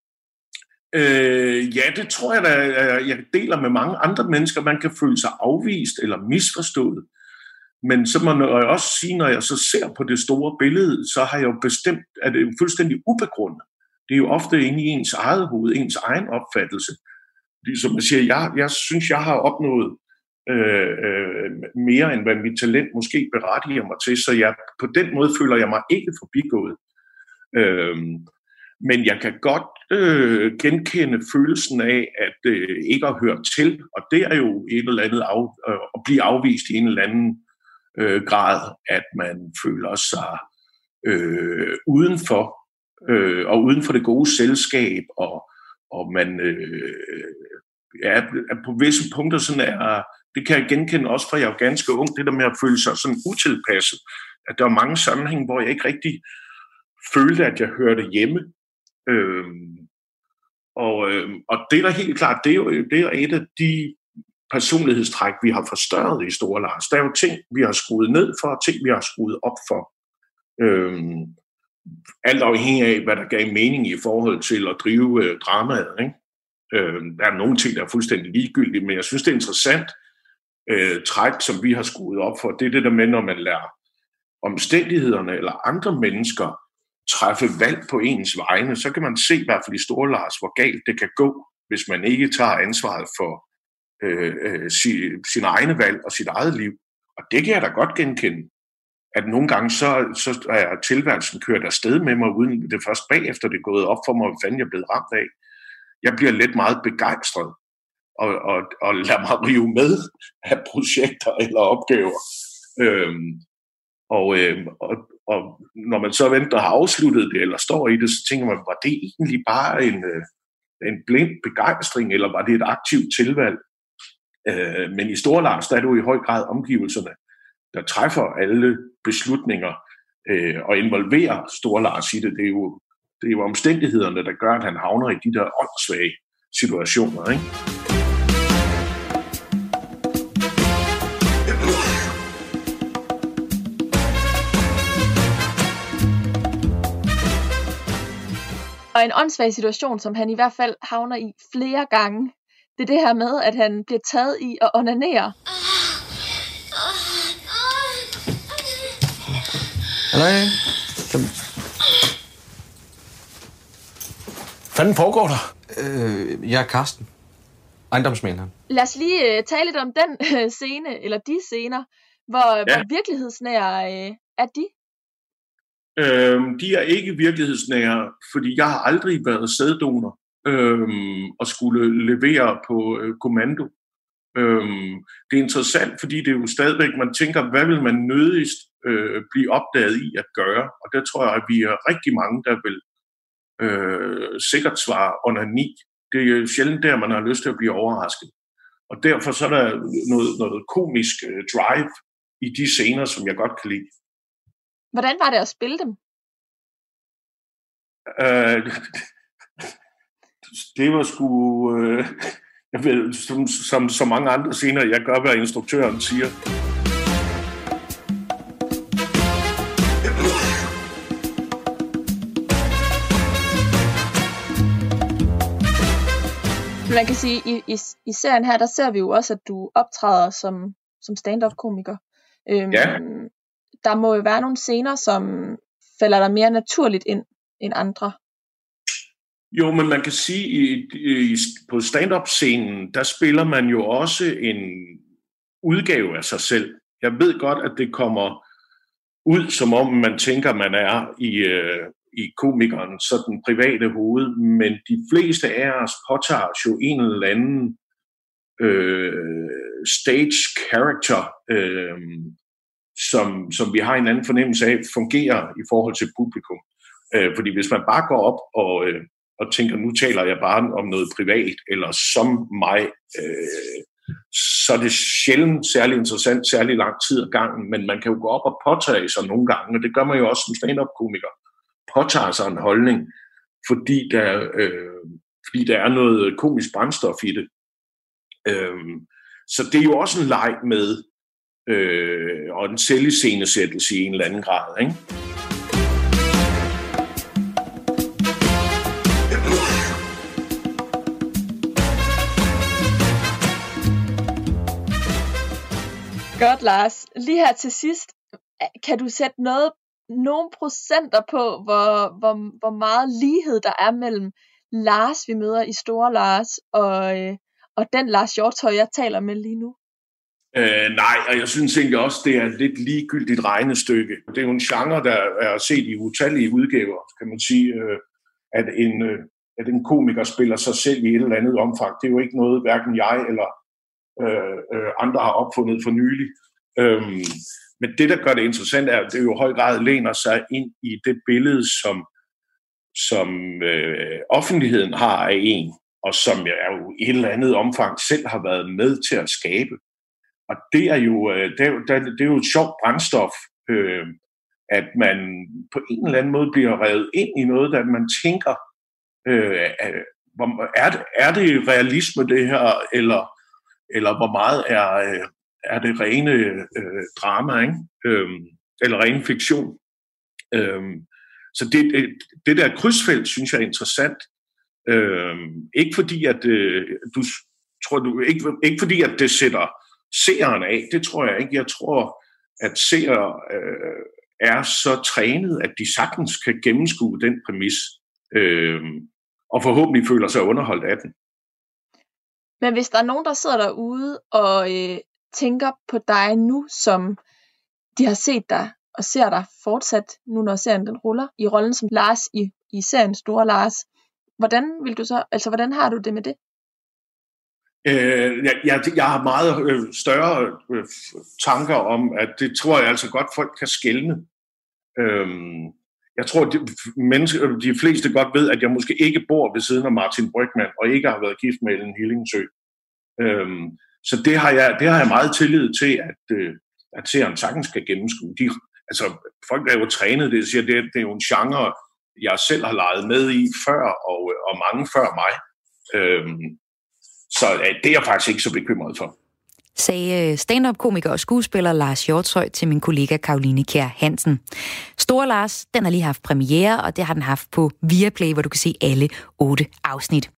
Uh, ja, det tror jeg da, jeg deler med mange andre mennesker. Man kan føle sig afvist eller misforstået. Men så må jeg også sige, når jeg så ser på det store billede, så har jeg jo bestemt, at det er fuldstændig ubegrundet. Det er jo ofte inde i ens eget hoved, ens egen opfattelse. Fordi, som jeg siger, jeg, jeg synes, jeg har opnået øh, øh, mere, end hvad mit talent måske berettiger mig til, så jeg, på den måde føler jeg mig ikke forbigået. Øh, men jeg kan godt øh, genkende følelsen af, at øh, ikke at høre til, og det er jo et eller andet af, øh, at blive afvist i en eller anden Øh, grad, at man føler sig øh, udenfor, øh, og uden for det gode selskab, og, og man øh, ja, er på visse punkter sådan er, det kan jeg genkende også fra jeg er ganske ung, det der med at føle sig sådan utilpasset, at der er mange sammenhænge, hvor jeg ikke rigtig følte, at jeg hørte hjemme. Øh, og, øh, og det er da helt klart, det er jo det er et af de personlighedstræk, vi har forstørret i Store Lars. Der er jo ting, vi har skruet ned for, og ting, vi har skruet op for. Øhm, alt afhængig af, hvad der gav mening i forhold til at drive øh, dramaet. Ikke? Øhm, der er nogle ting, der er fuldstændig ligegyldige, men jeg synes, det er interessant øh, træk, som vi har skruet op for, det er det der med, når man lærer omstændighederne eller andre mennesker træffe valg på ens vegne, så kan man se i hvert fald i Store Lars, hvor galt det kan gå, hvis man ikke tager ansvaret for øh, øh, sin, sin egne valg og sit eget liv. Og det kan jeg da godt genkende, at nogle gange så, så er tilværelsen kørt afsted med mig, uden det først bagefter det er gået op for mig, hvad fanden jeg er blevet ramt af. Jeg bliver lidt meget begejstret og, og, og lader mig rive med af projekter eller opgaver. Øhm, og, øhm, og, og når man så venter og har afsluttet det, eller står i det, så tænker man, var det egentlig bare en, en blind begejstring, eller var det et aktivt tilvalg? Øh, men i Store Lars, der er det jo i høj grad omgivelserne, der træffer alle beslutninger øh, og involverer Store Lars i det. Det er, jo, det er jo omstændighederne, der gør, at han havner i de der åndssvage situationer, ikke? Og en åndssvag situation, som han i hvert fald havner i flere gange, det er det her med, at han bliver taget i at onanere. Hallo? Hvad fanden foregår der? Øh, jeg er Karsten. Ejendomsmæleren. Lad os lige uh, tale lidt om den uh, scene, eller de scener, hvor, ja. hvor virkelighedsnære uh, er de? Øhm, de er ikke virkelighedsnære, fordi jeg har aldrig været sæddonor øhm, og skulle levere på øh, kommando. Øhm, det er interessant, fordi det er jo stadigvæk, man tænker, hvad vil man nødigst øh, blive opdaget i at gøre? Og der tror jeg, at vi er rigtig mange, der vil øh, sikkert svare onani. Det er jo sjældent der, man har lyst til at blive overrasket. Og derfor så er der noget, noget komisk øh, drive i de scener, som jeg godt kan lide. Hvordan var det at spille dem? Øh, det var sgu... Øh, jeg ved, som, som så mange andre scener, jeg gør, hvad instruktøren siger. Man kan sige, i, i, i serien her, der ser vi jo også, at du optræder som, som stand-up-komiker. Øhm, ja. Der må jo være nogle scener, som falder der mere naturligt ind end andre. Jo, men man kan sige, i, i, på stand-up-scenen, der spiller man jo også en udgave af sig selv. Jeg ved godt, at det kommer ud, som om man tænker, man er i, øh, i komikeren, så den private hoved, men de fleste af os påtager jo en eller anden øh, stage character, øh, som, som vi har en anden fornemmelse af, fungerer i forhold til publikum. Øh, fordi hvis man bare går op og, øh, og tænker, nu taler jeg bare om noget privat, eller som mig, øh, så er det sjældent særlig interessant, særlig lang tid ad gangen, men man kan jo gå op og påtage sig nogle gange, og det gør man jo også som stand-up-komiker, påtager sig en holdning, fordi der, øh, fordi der er noget komisk brændstof i det. Øh, så det er jo også en leg med, øh, og en selviscenesættelse i en eller anden grad, ikke? Godt, Lars. Lige her til sidst, kan du sætte noget, nogle procenter på, hvor, hvor, hvor meget lighed der er mellem Lars, vi møder i Store Lars, og, og den Lars Hjortøj, jeg taler med lige nu? Øh, nej, og jeg synes egentlig også, det er et lidt ligegyldigt regnestykke. Det er jo en genre, der er set i utallige udgaver, kan man sige, øh, at, en, øh, at en komiker spiller sig selv i et eller andet omfang. Det er jo ikke noget, hverken jeg eller øh, øh, andre har opfundet for nylig. Øhm, men det, der gør det interessant, er, at det jo i høj grad læner sig ind i det billede, som, som øh, offentligheden har af en, og som jeg jo i et eller andet omfang selv har været med til at skabe. Og det er jo, det er jo, det er jo et sjovt brændstof, øh, at man på en eller anden måde bliver revet ind i noget, der man tænker, øh, er, det, er det realisme det her, eller, eller hvor meget er, er det rene øh, drama, ikke? Øh, eller ren fiktion. Øh, så det, det der krydsfelt, synes jeg er interessant. Øh, ikke fordi, at øh, du tror du ikke, ikke fordi, at det sætter seeren af. Det tror jeg ikke. Jeg tror, at seere øh, er så trænet, at de sagtens kan gennemskue den præmis, øh, og forhåbentlig føler sig underholdt af den. Men hvis der er nogen, der sidder derude og øh, tænker på dig nu, som de har set dig og ser dig fortsat, nu når serien den ruller, i rollen som Lars i, i serien Store Lars, hvordan vil du så, altså hvordan har du det med det? Øh, jeg, jeg, jeg har meget øh, større øh, tanker om, at det tror jeg altså godt, folk kan skelne. Øh, jeg tror, de, mennesker, de fleste godt ved, at jeg måske ikke bor ved siden af Martin Brygmann, og ikke har været gift med Ellen Hillingsø. Øh, så det har, jeg, det har jeg meget tillid til, at, øh, at seeren sagtens kan gennemskue. De, altså, folk er jo trænet, det, siger, det, det er jo en genre, jeg selv har leget med i før, og, og mange før mig. Øh, Så det er jeg faktisk ikke så bekymret for. Sagde stand-up-komiker og skuespiller Lars Hjortshøj til min kollega Caroline Kjær Hansen. Store Lars, den har lige haft premiere, og det har den haft på Viaplay, hvor du kan se alle otte afsnit.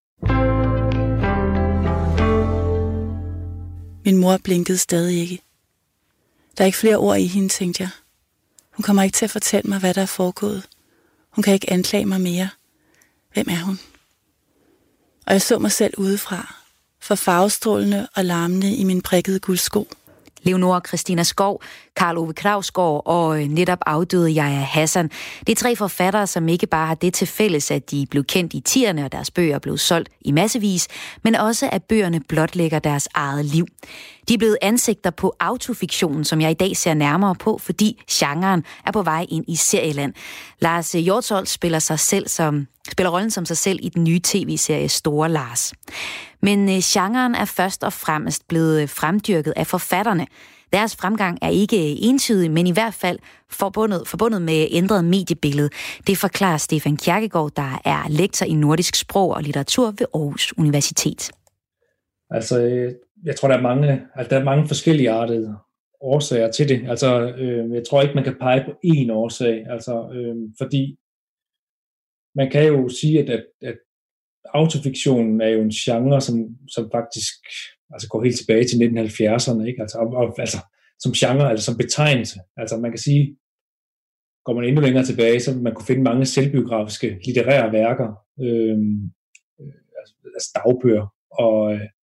Min mor blinkede stadig ikke. Der er ikke flere ord i hende, tænkte jeg. Hun kommer ikke til at fortælle mig, hvad der er foregået. Hun kan ikke anklage mig mere. Hvem er hun? Og jeg så mig selv udefra, for farvestrålende og larmende i min prikkede guldsko. Leonora Christina Skov, Karl Ove Knausgård og netop afdøde Yahya Hassan. Det er tre forfattere, som ikke bare har det til fælles, at de blev kendt i tierne, og deres bøger blev solgt i massevis, men også at bøgerne blotlægger deres eget liv. De er blevet ansigter på autofiktionen, som jeg i dag ser nærmere på, fordi genren er på vej ind i serieland. Lars Hjortshøj spiller sig selv som spiller rollen som sig selv i den nye tv-serie Store Lars. Men øh, genren er først og fremmest blevet fremdyrket af forfatterne. Deres fremgang er ikke entydig, men i hvert fald forbundet, forbundet med ændret mediebillede. Det forklarer Stefan Kjerkegaard, der er lektor i nordisk sprog og litteratur ved Aarhus Universitet. Altså, jeg tror, der er mange, altså, der er mange forskellige artede årsager til det. Altså, øh, jeg tror ikke, man kan pege på én årsag, altså, øh, fordi man kan jo sige, at, at, at autofiktionen er jo en genre, som, som faktisk altså går helt tilbage til nitten halvfjerdserne, ikke? Altså, og, og, altså som genre, altså som betegnelse. Altså man kan sige, går man endnu længere tilbage, så man kunne finde mange selvbiografiske litterære værker, øh, altså dagbøger og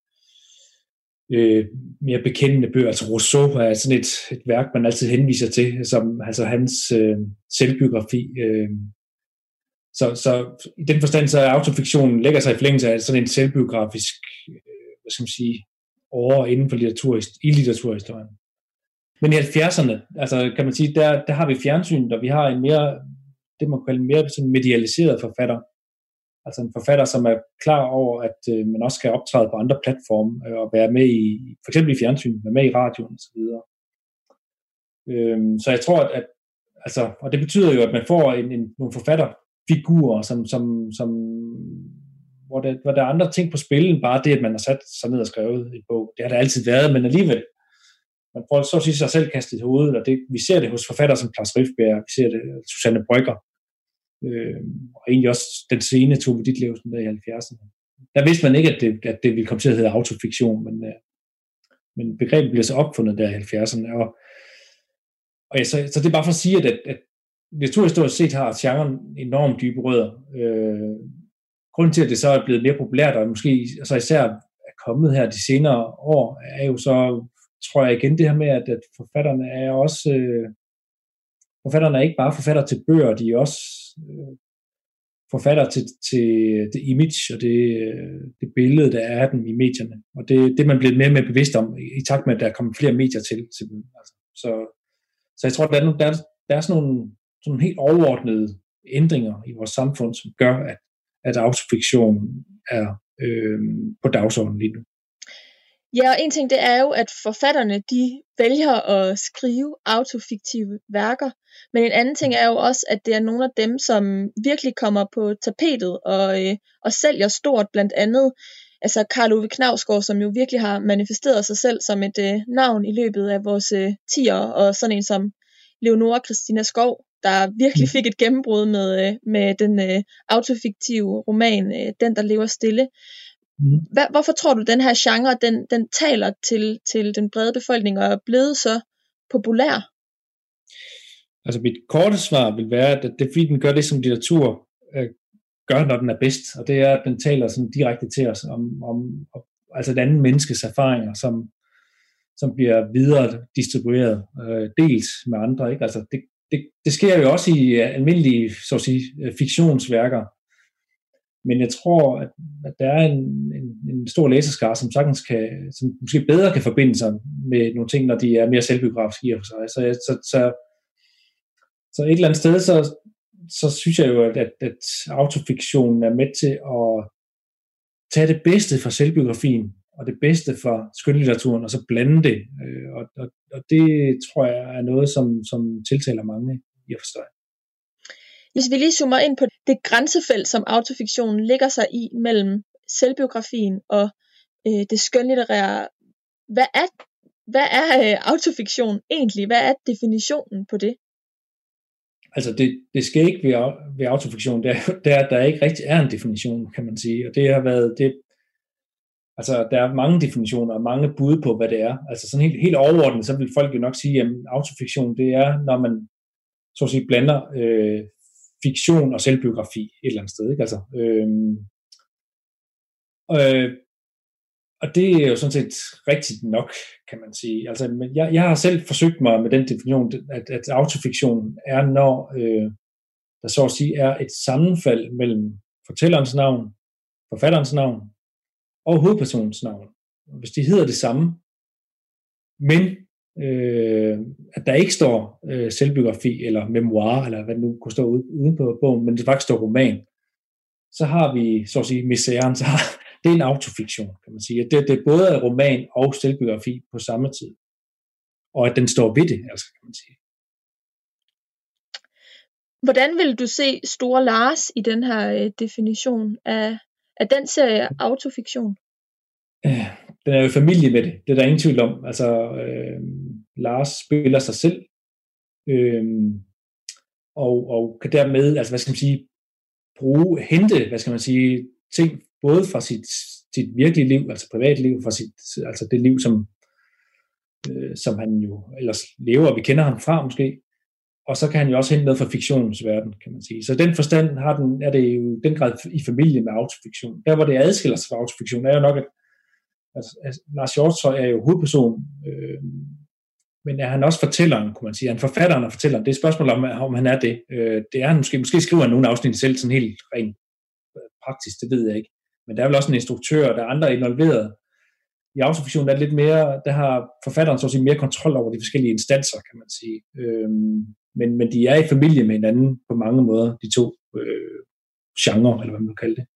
øh, mere bekendende bøger. Altså Rousseau er sådan et, et værk, man altid henviser til, som altså hans øh, selvbiografi. Øh, Så, så i den forstand, så er autofiktionen lægger sig i forlængelse af sådan en selvbiografisk, hvad skal man sige, over inden for litteratur, i litteraturhistorien. Men i halvfjerdserne, altså kan man sige, der, der har vi fjernsynet, og vi har en mere, det man kan kalde en mere sådan medialiseret forfatter. Altså en forfatter, som er klar over, at øh, man også skal optræde på andre platforme, øh, og være med i, for eksempel i fjernsynet, være med i radioen og så videre. Øhm, så jeg tror, at, at altså, og det betyder jo, at man får en, en, nogle forfatter, figurer, som, som, som, hvor, det, hvor der er andre ting på spil, end bare det, at man har sat sig ned og skrevet et bog. Det har der altid været, men alligevel, man får så at sige sig selv kastet i hovedet, og det, vi ser det hos forfattere som Claus Rifbjerg, vi ser det Susanne Brøgger, øh, og egentlig også den sene Tove Ditlevsen der i halvfjerdserne. Der vidste man ikke, at det, at det ville komme til at hedde autofiktion, men, øh, men begrebet blev så opfundet der i halvfjerdserne, og, og ja, så, så det er bare for at sige, at, at, at litteraturhistorisk set har genren enormt dybe rødder. Øh, grunden til, at det så er blevet mere populært, og måske altså især er kommet her de senere år, er jo så, tror jeg igen, det her med, at, at forfatterne er også, øh, forfatterne er ikke bare forfatter til bøger, de er også øh, forfatter til, til det image og det, det billede, der er af dem i medierne. Og det, det er man blevet mere og mere bevidst om, i takt med, at der er kommet flere medier til. til dem. Altså, så, så jeg tror, at der er, der, der er sådan nogle sådan helt overordnede ændringer i vores samfund, som gør, at, at autofiktion er øh, på dagsordenen lige nu. Ja, og en ting det er jo, at forfatterne de vælger at skrive autofiktive værker, men en anden ting er jo også, at det er nogle af dem, som virkelig kommer på tapetet og, øh, og sælger stort, blandt andet altså Karl Ove Knausgård, som jo virkelig har manifesteret sig selv som et øh, navn i løbet af vores øh, tiår, og sådan en som Leonora Christina Skov, der virkelig fik et gennembrud med, med den øh, autofiktive roman, øh, Den, der lever stille. Mm. Hvad, hvorfor tror du, den her genre, den, den taler til, til den brede befolkning og er blevet så populær? Altså mit korte svar vil være, at det er fordi, den gør det, som litteratur øh, gør, når den er bedst, og det er, at den taler sådan direkte til os om, om, om altså et andet menneskes erfaringer, som, som bliver videre distribueret, øh, dels med andre. Ikke? Altså det, det, det sker jo også i almindelige, så at sige, fiktionsværker, men jeg tror, at, at der er en, en, en stor læserskare, som sagtens kan, som måske bedre kan forbinde sig med nogle ting, når de er mere selvbiografiske i og for sig. Så, så, så, så et eller andet sted, så, så synes jeg jo, at, at, at autofiktionen er med til at tage det bedste fra selvbiografien, og det bedste fra skønlitteraturen, og så blande det. Og, og, og det tror jeg er noget, som, som tiltaler mange i at forstå. Hvis vi lige zoomer ind på det grænsefelt, som autofiktionen ligger sig i mellem selvbiografien og øh, det skønlitterære, hvad er, hvad er øh, autofiktion egentlig? Hvad er definitionen på det? Altså det, det skal ikke ved, ved autofiktion, der, der, der ikke rigtig er en definition, kan man sige. Og det har været, det, altså der er mange definitioner og mange bud på, hvad det er. Altså sådan helt, helt overordnet, så vil folk jo nok sige, at autofiktion, det er, når man så at sige blander øh, fiktion og selvbiografi et eller andet sted, ikke? Altså, øh, øh, og det er jo sådan set rigtigt nok, kan man sige. Altså, men jeg, jeg har selv forsøgt mig med den definition, at, at autofiktion er, når øh, der så at sige er et sammenfald mellem fortællerens navn, forfatterens navn og hovedpersonens navn. Hvis de hedder det samme, men øh, at der ikke står øh, selvbiografi eller memoir, eller hvad det nu kunne stå ude, ude på bogen, men det faktisk står roman, så har vi, så at sige, misæren, så har, det er en autofiktion, kan man sige. Det, det er både roman og selvbiografi på samme tid. Og at den står ved det, altså, kan man sige. Hvordan vil du se Store Lars i den her øh, definition af, af den serie autofiktion? Øh, den er jo familie med det, det er der ingen tvivl om. Altså, øh, Lars spiller sig selv, øh, og, og kan dermed, altså, hvad skal man sige, bruge, hente, hvad skal man sige, ting, både fra sit, sit virkelige liv, altså privatliv, fra sit, altså det liv, som, øh, som han jo ellers lever, og vi kender ham fra måske, og så kan han jo også hente noget fra fiktionens verden, kan man sige. Så den forstand har den, er det jo den grad i familie med autofiktion. Der, hvor det adskiller sig fra autofiktion, er jo nok, at, at, at Lars Hjortshøj er jo hovedperson, øh, men er han også fortælleren, kunne man sige. Er han forfatteren og fortælleren? Det er et spørgsmål om, om han er det. Øh, det er han måske. Måske skriver han nogle afsnit selv, sådan helt rent praktisk, det ved jeg ikke. Men der er vel også en instruktør, der er andre involveret. I autofiktion der er lidt mere, der har forfatteren så at sige mere kontrol over de forskellige instanser, kan man sige. Øhm, men, men de er i familie med hinanden på mange måder, de to øh, genrer, eller hvad man kan kalde det.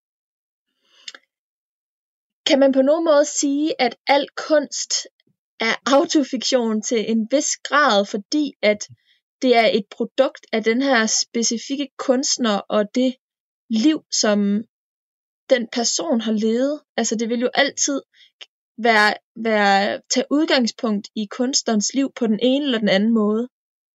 Kan man på nogen måde sige, at al kunst er autofiktion til en vis grad, fordi at det er et produkt af den her specifikke kunstner og det liv, som den person har levet? Altså det vil jo altid være, være tage udgangspunkt i kunstnerens liv på den ene eller den anden måde.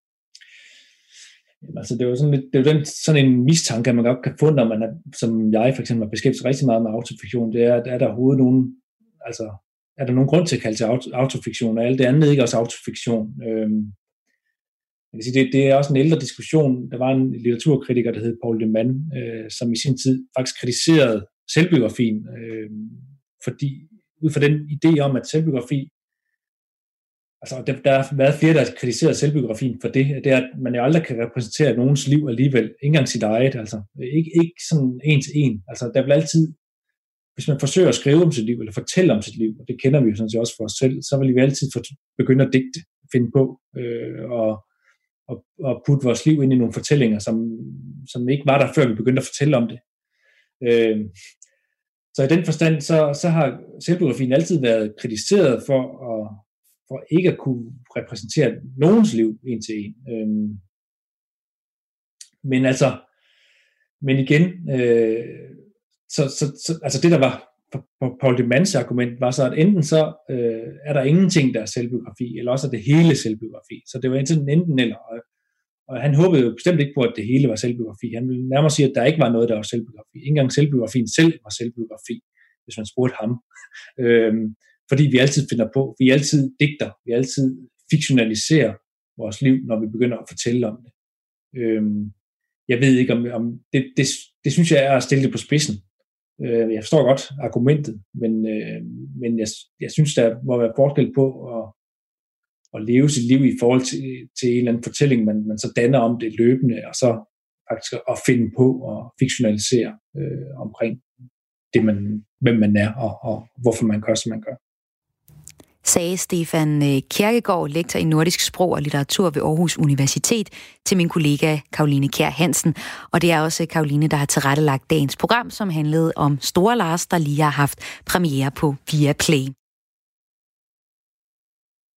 Jamen, altså det er jo sådan, lidt, det er jo den, sådan en mistanke, man godt kan få, når man er, som jeg for eksempel har beskæftiget sig rigtig meget med autofiktion, det er, at er der overhovedet nogen, altså er der nogen grund til at kalde til auto, autofiktion, og alt det andet ikke også autofiktion. Øhm, jeg kan sige, det, det er også en ældre diskussion. Der var en litteraturkritiker, der hed Paul de Man, øh, som i sin tid faktisk kritiserede selvbiografien, øh, fordi ud fra den idé om, at selvbiografi, altså der, der har været flere, der har kritiseret selvbiografien for det, det er, at man jo aldrig kan repræsentere nogens liv alligevel, ikke engang sit eget, altså ikke, ikke sådan en til en, altså der vil altid, hvis man forsøger at skrive om sit liv, eller fortælle om sit liv, og det kender vi jo sådan set også for os selv, så vil vi altid begynde at digte, finde på, øh, og, og, og putte vores liv ind i nogle fortællinger, som, som ikke var der, før vi begyndte at fortælle om det. Øh, Så i den forstand, så, så har selvbiografien altid været kritiseret for, at, for ikke at kunne repræsentere nogens liv en til en. Øhm, men altså, men igen, øh, så, så, så, altså det der var Paul de Mans argument, var så, at enten så øh, er der ingenting, der er selvbiografi, eller også er det hele selvbiografi. Så det var enten enten eller. Og, og han håbede jo bestemt ikke på, at det hele var selvbiografi. Han ville nærmere sige, at der ikke var noget, der var selvbiografi. Ikke engang selvbiografien selv var selvbiografi. hvis man spurgte ham. Øhm, fordi vi altid finder på, vi altid digter, vi altid fiktionaliserer vores liv, når vi begynder at fortælle om det. Øhm, jeg ved ikke, om, om det, det, det synes jeg er at stille det på spidsen. Øh, jeg forstår godt argumentet, men, øh, men jeg, jeg synes, der må være forskel på at, at leve sit liv i forhold til, til en eller anden fortælling, man, man så danner om det løbende, og så faktisk at finde på og fiktionalisere øh, omkring det, man, hvem man er, og, og hvorfor man gør, som man gør. Sagde Stefan Kierkegaard, lektor i nordisk sprog og litteratur ved Aarhus Universitet, til min kollega Caroline Kjær Hansen. Og det er også Caroline, der har tilrettelagt dagens program, som handlede om Store Lars, der lige har haft premiere på Viaplay.